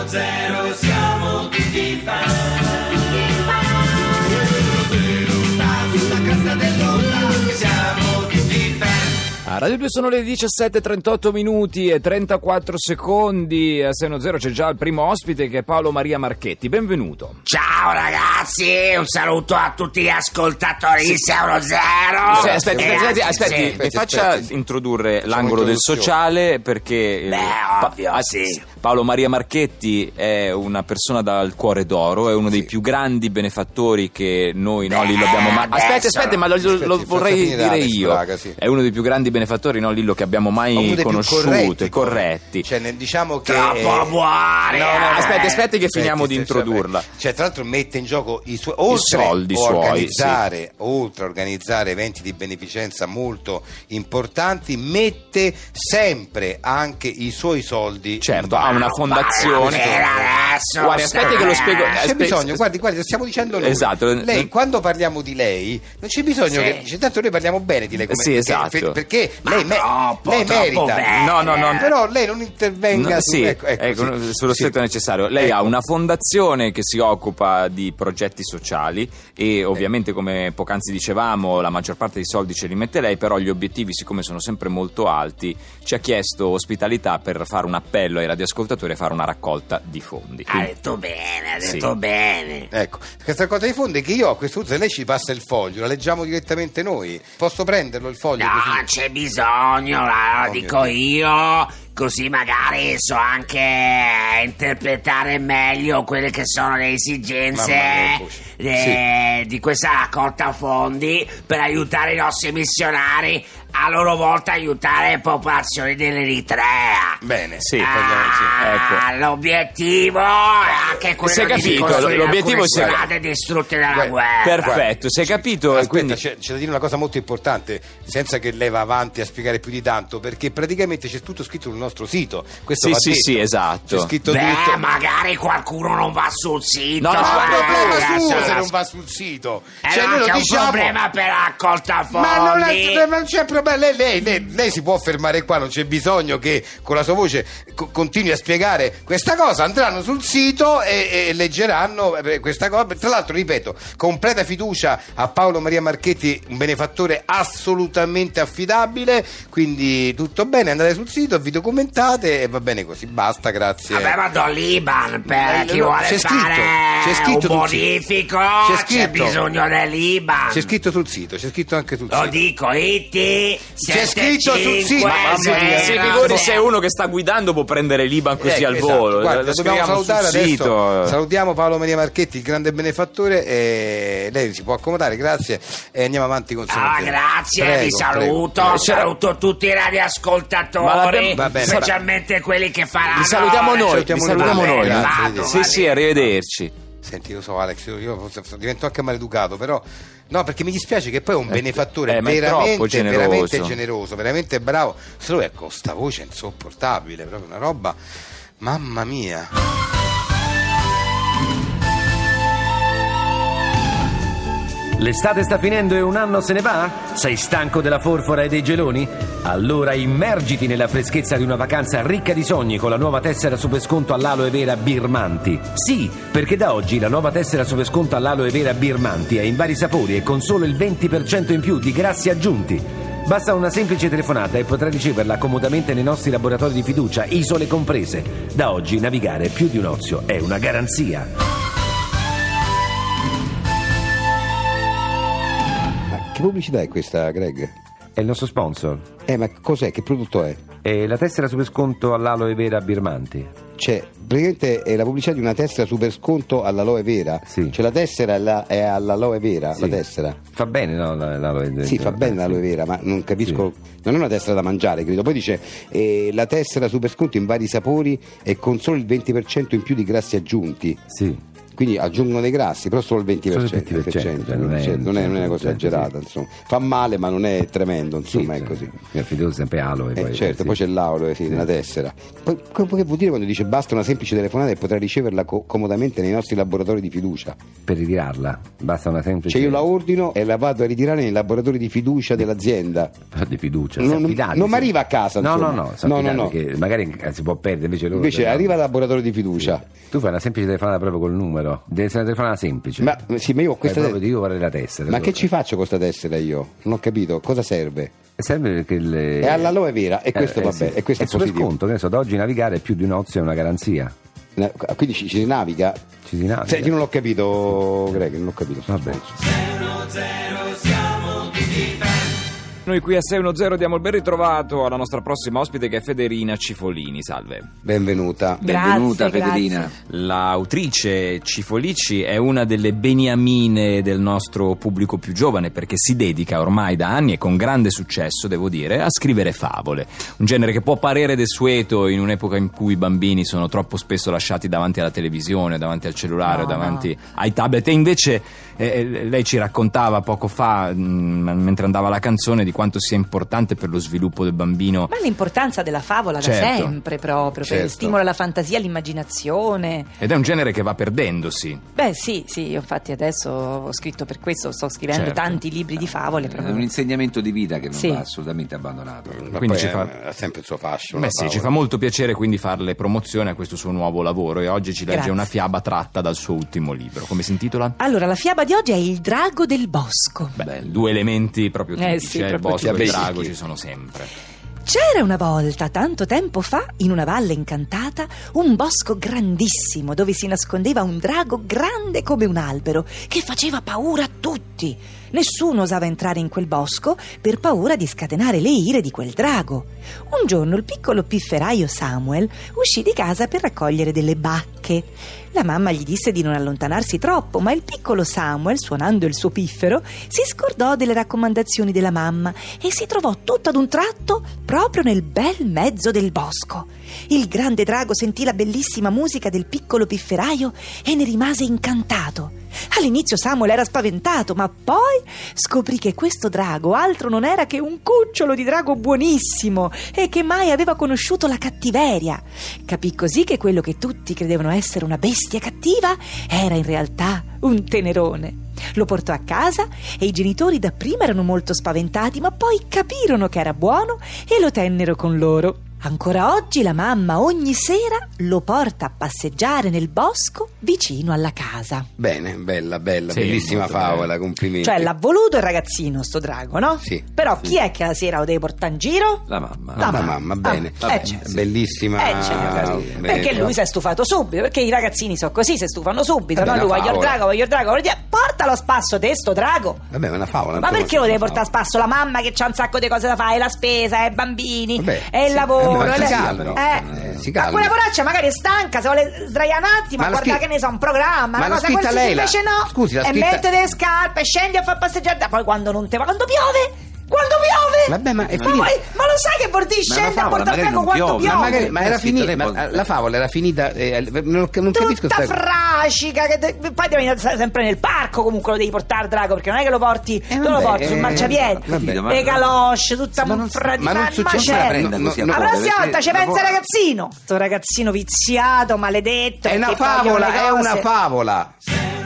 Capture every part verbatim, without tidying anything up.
uno zero, siamo tutti fan. Sulla cresta dell'onda, siamo tutti fan. A Radio due sono le diciassette e trentotto minuti e trentaquattro secondi. A sei uno zero c'è già il primo ospite, che è Paolo Maria Marchetti. Benvenuto. Ciao ragazzi, un saluto a tutti gli ascoltatori di sei uno zero. Sì, aspetti, Eh, aspetti, sì, aspetti, sì. mi aspetti, faccia aspetti. introdurre Facciamo l'angolo del introduzione. sociale, perché Beh, Pa- ovvio, ah, sì. Paolo Maria Marchetti è una persona dal cuore d'oro, è uno dei più grandi benefattori che noi no, Beh, Lillo abbiamo mai. adesso- Aspetti, aspetti, ma lo, lo Aspetti, vorrei faccia finire dire Alex io. Braga, sì. È uno dei più grandi benefattori, no, Lillo, che abbiamo mai Uno dei più conosciuto, corretti, e corretti. Cioè, ne- diciamo che Troppo buoni. No, no, no. Aspetti, aspetti che finiamo Aspetti, di cioè, introdurla. Cioè, tra l'altro mette in gioco i suoi oltre soldi a suoi, organizzare, oltre a organizzare eventi di beneficenza molto importanti, mette sempre anche i suoi soldi. Certo, ha una fondazione. Adesso, Guardi, aspetti che lo spiego. Non c'è aspe- bisogno, guardi, guardi, lo stiamo dicendo noi. Esatto. Lei, quando parliamo di lei, non c'è bisogno Sì. che dice, tanto noi parliamo bene di lei come Sì, perché- esatto. perché Ma lei, me- troppo, lei troppo merita. bene. No, no, no. Però lei non intervenga No, su, sì, ecco, ecco, ecco, sì. sullo stretto Sì. necessario. Lei Ecco. ha una fondazione che si occupa di progetti sociali e ovviamente, come poc'anzi dicevamo, la maggior parte dei soldi ce li mette lei, però gli obiettivi, siccome sono sempre molto alti, ci ha chiesto ospitalità per fare un appello ai radioascoltatori e fare una raccolta di fondi. Ha Quindi- detto bene, ha Sì. detto bene. Ecco, questa cosa di fondi che io a questo punto, se lei ci passa il foglio, la leggiamo direttamente noi. Posso prenderlo il foglio? No, così? non c'è bisogno, lo Oh, dico mio io, così magari so anche interpretare meglio quelle che sono le esigenze Mamma mia, voce. eh, di questa raccolta fondi per aiutare i nostri missionari, a loro volta aiutare le popolazioni dell'Eritrea. Bene, Sì, Ah, ecco. l'obiettivo è anche quello Si è di capito, ricostruire l'obiettivo alcune si è- strade distrutte dalla Guarda, guerra. Perfetto, si è capito. e Aspetta, quindi... c'è, c'è da dire una cosa molto importante, senza che lei va avanti a spiegare più di tanto, perché praticamente c'è tutto scritto sul nostro sito. Questo Sì, va sì, detto. sì, esatto. C'è scritto Beh, tutto. magari qualcuno non va sul sito. No, no, Ma ma è un problema ragazzi, suo se ragazzi. non va sul sito. Eh, Cioè, no, noi lo c'è un diciamo. problema per la raccolta fondi. Ma non, è, ma non c'è problema, lei, lei, lei, lei si può fermare qua, non c'è bisogno che con la sua voce co- continui a spiegare questa cosa. Andranno sul sito e, e leggeranno eh, questa cosa. Tra l'altro, ripeto, completa fiducia a Paolo Maria Marchetti, un benefattore assolutamente affidabile, quindi tutto bene, andate sul sito, vi documentate e va bene così, basta, grazie. Vabbè, ma do l'Iban per Eh, chi no, vuole c'è scritto, fare c'è scritto un sul sito. bonifico. C'è C'è, scritto. bisogno dell'Iban. C'è scritto sul sito, c'è scritto anche sul Lo sito. dico, I T C'è scritto sul sito. Mamma mia. Si figuri se uno che sta guidando può prendere l'I B A N così Eh, al esatto. volo. Guarda, Lo dobbiamo scriviamo salutare sul adesso. sito. Salutiamo Paolo Maria Marchetti, il grande benefattore, e lei si può accomodare, grazie, e andiamo avanti con Ah, Silenzio. grazie, Prego, vi saluto, prego. saluto tutti i Ma radioascoltatori, l'abbiamo- va bene. specialmente quelli che faranno. Vi salutiamo noi, Salutiamo vi salutiamo noi. noi. Grazie, Vado, vedi. Sì, vado. sì, arrivederci. Senti, lo so Alex, io, io forse divento anche maleducato, però no, perché mi dispiace che poi è un benefattore eh, ma è troppo veramente, generoso. veramente generoso, veramente bravo. Solo è con sta voce insopportabile, proprio una roba, mamma mia. L'estate sta finendo e un anno se ne va? Sei stanco della forfora e dei geloni? Allora immergiti nella freschezza di una vacanza ricca di sogni con la nuova tessera super sconto all'aloe vera Birmanti. Sì, perché da oggi la nuova tessera super sconto all'aloe vera Birmanti è in vari sapori e con solo il venti per cento in più di grassi aggiunti. Basta una semplice telefonata e potrai riceverla comodamente nei nostri laboratori di fiducia, isole comprese. Da oggi navigare più di un ozio è una garanzia. Che pubblicità è questa, Greg? È il nostro sponsor. Eh, ma cos'è? Che prodotto è? È la tessera super sconto all'aloe vera Birmanti. Cioè, praticamente è la pubblicità di una tessera super sconto all'aloe vera. Sì. Cioè la tessera è, la- è all'aloe vera, Sì. la tessera. Fa bene, no? la- l'aloe vera. Sì, fa bene l'aloe vera, ma non capisco. Non è una tessera da mangiare, credo. Poi dice eh, la tessera super sconto in vari sapori e con solo il venti per cento in più di grassi aggiunti. Sì. quindi aggiungono dei grassi, però solo il venti per cento, Solo il venti per cento, cioè non è- cioè, non, è, non è una cosa certo, esagerata, sì. insomma. Fa male ma non è tremendo, insomma, Sì, è così. Mi affido sempre aloe. Eh, poi, certo, sì. poi c'è l'aulo sì, nella tessera. Poi, che vuol dire quando dice basta una semplice telefonata e potrai riceverla co- comodamente nei nostri laboratori di fiducia? Per ritirarla basta una semplice. Cioè io la ordino e la vado a ritirare nei laboratori di fiducia dell'azienda. di fiducia. Non- si non- affidati, non sì. mi arriva a casa, No, insomma. no, no, si No, no, affidati, no. che magari eh, si può perdere invece loro. Invece no. arriva al laboratorio di fiducia. Tu fai una semplice telefonata proprio col numero. Deve essere una telefonata semplice. Ma sì, ma io ho questa Fai proprio te- di io vorrei la tessera. Ma tu- che ci faccio con questa tessera io? Non ho capito, cosa serve? Serve perché le... È all'aloe vera e questo va sì. bene, e questo è super positivo. sconto, che ne so, da oggi navigare è più di un ozio e una garanzia. Eh, Quindi ci, ci naviga? Ci si naviga. Senti, non l'ho capito, Greg, non l'ho capito. Vabbè. Noi qui a sei uno zero diamo il ben ritrovato alla nostra prossima ospite che è Federina Cifolini. Salve. Benvenuta. Benvenuta, Grazie, Federina. grazie. L'autrice Cifolici è una delle beniamine del nostro pubblico più giovane perché si dedica ormai da anni e con grande successo, devo dire, a scrivere favole. Un genere che può parere desueto in un'epoca in cui i bambini sono troppo spesso lasciati davanti alla televisione, davanti al cellulare, No, davanti ai tablet. E invece eh, lei ci raccontava poco fa, mh, mentre andava la canzone, di quanto sia importante per lo sviluppo del bambino. Ma l'importanza della favola da Certo. sempre proprio, Certo. perché stimola la fantasia, l'immaginazione. Ed è un genere che va perdendosi. Beh sì, sì, io infatti adesso ho scritto per questo, sto scrivendo Certo. tanti libri di favole. È proprio. un insegnamento di vita che non Sì. va assolutamente abbandonato. Ma Quindi poi ci è- fa- ha sempre il suo fascio. Beh la sì, favola. ci fa molto piacere quindi farle promozione a questo suo nuovo lavoro e oggi ci legge Grazie. una fiaba tratta dal suo ultimo libro. Come si intitola? Allora, la fiaba di oggi è Il drago del bosco. Beh, due elementi proprio Eh tipici, sì, eh, il proprio bosco e il tipici. drago ci sono sempre. C'era una volta, tanto tempo fa, in una valle incantata, un bosco grandissimo dove si nascondeva un drago grande come un albero che faceva paura a tutti. Nessuno osava entrare in quel bosco per paura di scatenare le ire di quel drago. Un giorno il piccolo pifferaio Samuel uscì di casa per raccogliere delle bacche. La mamma gli disse di non allontanarsi troppo, ma il piccolo Samuel, suonando il suo piffero, si scordò delle raccomandazioni della mamma e si trovò tutto ad un tratto proprio nel bel mezzo del bosco. Il grande drago sentì la bellissima musica del piccolo pifferaio e ne rimase incantato. All'inizio Samuel era spaventato, ma poi scoprì che questo drago altro non era che un cucciolo di drago buonissimo e che mai aveva conosciuto la cattiveria. Capì così che quello che tutti credevano essere una bestia cattiva era in realtà un tenerone. Lo portò a casa e i genitori dapprima erano molto spaventati, ma poi capirono che era buono e lo tennero con loro. Ancora oggi la mamma ogni sera lo porta a passeggiare nel bosco vicino alla casa. Bene, bella, bella, Sì, bellissima molto favola, bella. complimenti. Cioè l'ha voluto il ragazzino sto drago, no? Sì. Però chi è che la sera lo deve portare in giro? La mamma. La mamma. mamma, bene. Ah, Vabbè, eh, certo. bellissima. Eh, certo. bella. Perché lui si è stufato subito, perché i ragazzini sono così, si stufano subito. Vabbè, No? una Lui voglio il favola. drago, voglio il drago, voglio dire, portalo a spasso te sto drago. Vabbè, è una favola. Ma insomma, perché lo deve una portare a spasso? La mamma che c'ha un sacco di cose da fare, la spesa, i bambini, Vabbè, e il sì. lavoro. Vabbè, ma le- si calmi, eh. eh, si Ma calmi. quella poraccia magari è stanca, se vuole sdraiare un attimo, Ma a l'ha guardare scri- che ne so, un programma, Ma una l'ha cosa scritta qualsiasi, lei, la- invece no. Scusi, l'ha e scritta- mette le scarpe, scendi a far passeggiare, da- poi quando non te va, quando piove, quando piove. Vabbè, ma è ma, finita. poi- ma lo sai che vuol dire Ma scendi la a favola portare magari prego non quando piove, piove? Ma, magari, ma Eh, era scritto finita, lei, ma poi- la favola era finita, eh, non, non capisco Tutta sta frascica, che te- poi devi andare sempre nel parco, comunque lo devi portare al drago, perché non è che lo porti, tu lo vabbè, porti sul eh, marciapiede, vabbè, ma- le calosce, tutta Ma non- un fradino, ma non un succede- Non se la macello. prenda No, così no, a La no, cuore, prossima perché volta ci la pensa il vo- ragazzino. Sto ragazzino viziato, maledetto. È una perché toglie favola, le è cose. una favola.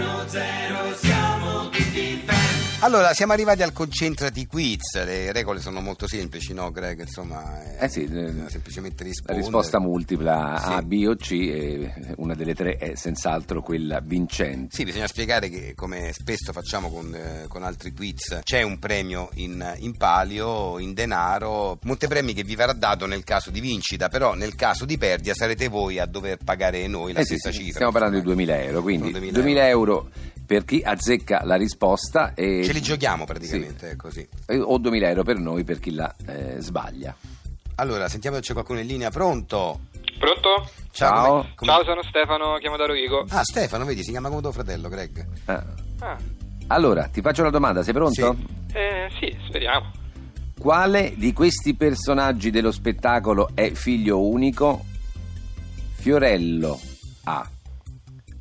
Allora, siamo arrivati al concentrati quiz. Le regole sono molto semplici, no, Greg? Insomma, è- Eh sì, eh, bisogna semplicemente la rispondere. risposta multipla Sì. A, B o C e una delle tre è senz'altro quella vincente. Sì, bisogna spiegare che, come spesso facciamo con, eh, con altri quiz, c'è un premio in, in palio, in denaro, montepremi che vi verrà dato nel caso di vincita, però nel caso di perdita sarete voi a dover pagare noi la Eh sì, stessa sì, cifra. stiamo parlando di duemila euro, quindi Sono duemila euro per chi azzecca la risposta e Ce li giochiamo praticamente, Sì. è così. e- o duemila euro per noi per chi la eh, sbaglia. Allora, sentiamo se c'è qualcuno in linea, pronto? Pronto? Ciao. come- come- Ciao, sono Stefano, chiamo da Rovigo. Ah, Stefano, vedi, si chiama come tuo fratello, Greg. Ah. Ah, Allora, ti faccio una domanda, sei pronto? eh, sì, speriamo. Quale di questi personaggi dello spettacolo è figlio unico? Fiorello A,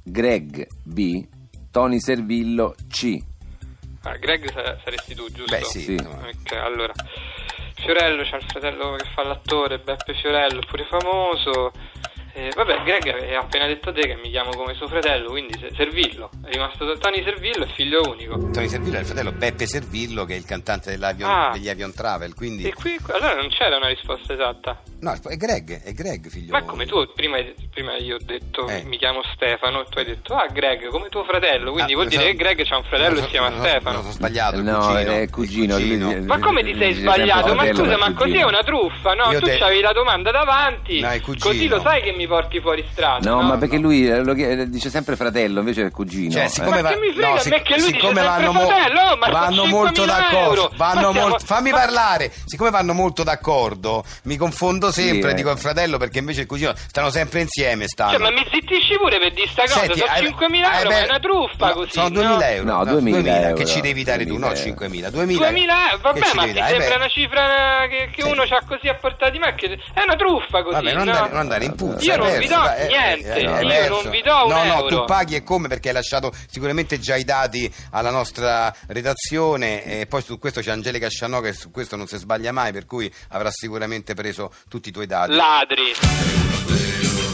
Greg B, Tony Servillo C. Ah, Greg sa- saresti tu, giusto? Beh sì, Sì. insomma. Ok, allora. Fiorello, c'ha il fratello che fa l'attore, Beppe Fiorello, pure famoso. Eh, vabbè, Greg ha appena detto te che mi chiamo come suo fratello, quindi se- Servillo. È rimasto Tony Servillo e figlio unico. Tony Servillo è il fratello Beppe Servillo, che è il cantante dell'avion, Ah. degli Avion Travel, quindi... E qui allora non c'era una risposta esatta. No, è Greg, è Greg figlio Ma come tu prima, prima io ho detto Eh. mi chiamo Stefano e tu hai detto ah Greg come tuo fratello, quindi Ah, vuol mi dire sono- che Greg c'ha un fratello mi che si sono- chiama mi sono- Stefano. mi sono sbagliato, il No, cugino, è il cugino, cugino. lui- Ma come ti sei Dice sbagliato? sempre Ma fratello, scusa, ma ma cugino. così è una truffa, no? Io Tu te- c'avevi la domanda davanti, No, è cugino. così lo sai che mi porti fuori strada. No, No, ma perché lui eh, lo chiede- dice sempre fratello, invece è cugino. Cioè, eh. siccome Ma va- che mi frega no, a sic- me che lui dice siccome sempre vanno, mo- fratello, oh, ma vanno sono molto cinquemila d'accordo, euro. vanno Ma stiamo- molto- fammi ma- parlare. Siccome vanno molto d'accordo, mi confondo sempre, Sì, eh. dico il fratello perché invece il cugino stanno sempre insieme. Stanno. Cioè, ma mi zittisci pure per dire sta cosa, Senti, sono hai- cinquemila hai euro, ben- ma è una truffa no, così. Sono duemila euro. No, duemila euro. Che ci devi dare tu, no duemila euro. cinquemila. duemila, duemila euro, vabbè, Che ci ma devi ti dare? sembra Eh, una cifra che, che Sì. uno c'ha così a portata di mano? Che è una truffa così, Vabbè, non no? andare, non andare in puzza. Io hai non vi perso, do dai, eh, niente, eh, hai io perso. non vi do un no, No, euro. tu paghi e come, perché hai lasciato sicuramente già i dati alla nostra redazione e poi su questo c'è Angelica Scianò che su questo non si sbaglia mai, per cui avrà sicuramente preso tutti i tuoi dati. Ladri.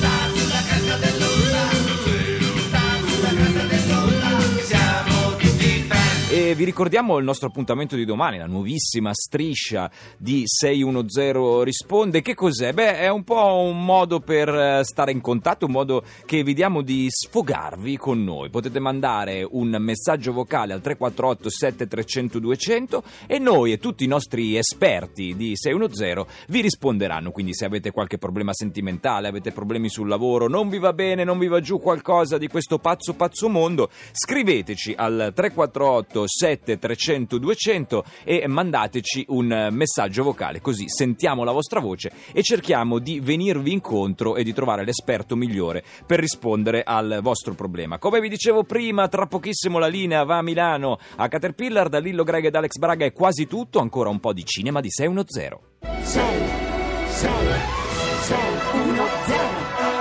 Siamo tutti fan. E vi ricordiamo il nostro appuntamento di domani, la nuovissima striscia di sei uno zero risponde. Che cos'è? Beh, è un po' un modo per eh, stare in contatto, un modo che vi diamo di sfogarvi con noi. Potete mandare un messaggio vocale al tre quattro otto sette tre zero zero due zero zero e noi e tutti i nostri esperti di sei uno zero vi risponderanno. Quindi se avete qualche problema sentimentale, avete problemi sul lavoro, non vi va bene, non vi va giù qualcosa di questo pazzo pazzo mondo, scriveteci al tre quattro otto sette tre zero zero due zero zero e mandateci un messaggio vocale, così sentiamo la vostra voce e cerchiamo di venirvi incontro e di trovare l'esperto migliore per rispondere al vostro problema. Come vi dicevo prima, tra pochissimo la linea va a Milano a Caterpillar. Da Lillo Greg ed Alex Braga è quasi tutto, ancora un po' di cinema di sei uno zero. sei, sei, sei, uno, zero.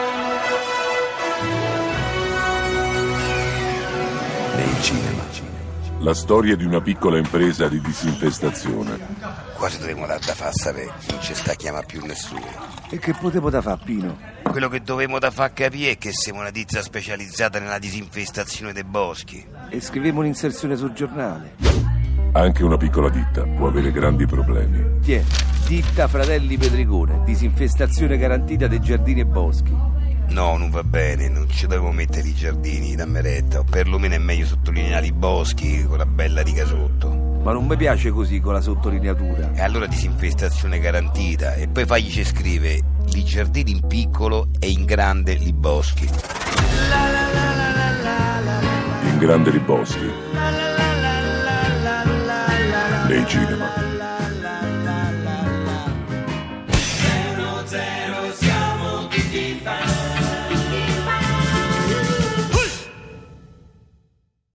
Nei cinema. La storia di una piccola impresa di disinfestazione. Quasi dovremmo dar da fare a sapere, non ci sta a chiamare più nessuno. E che potevo da fare, Pino? Quello che dovremmo da far capire è che siamo una ditta specializzata nella disinfestazione dei boschi. E scrivevo un'inserzione sul giornale. Anche una piccola ditta può avere grandi problemi. Tiè, ditta Fratelli Pedrigone, disinfestazione garantita dei giardini e boschi. No, non va bene, non ci dovevo mettere i giardini da meretta, o perlomeno è meglio sottolineare i boschi con la bella riga sotto. Ma non mi piace così con la sottolineatura. E allora disinfestazione garantita, e poi fagli ci scrive i giardini in piccolo e in grande li boschi. In grande li boschi. Nei cinema.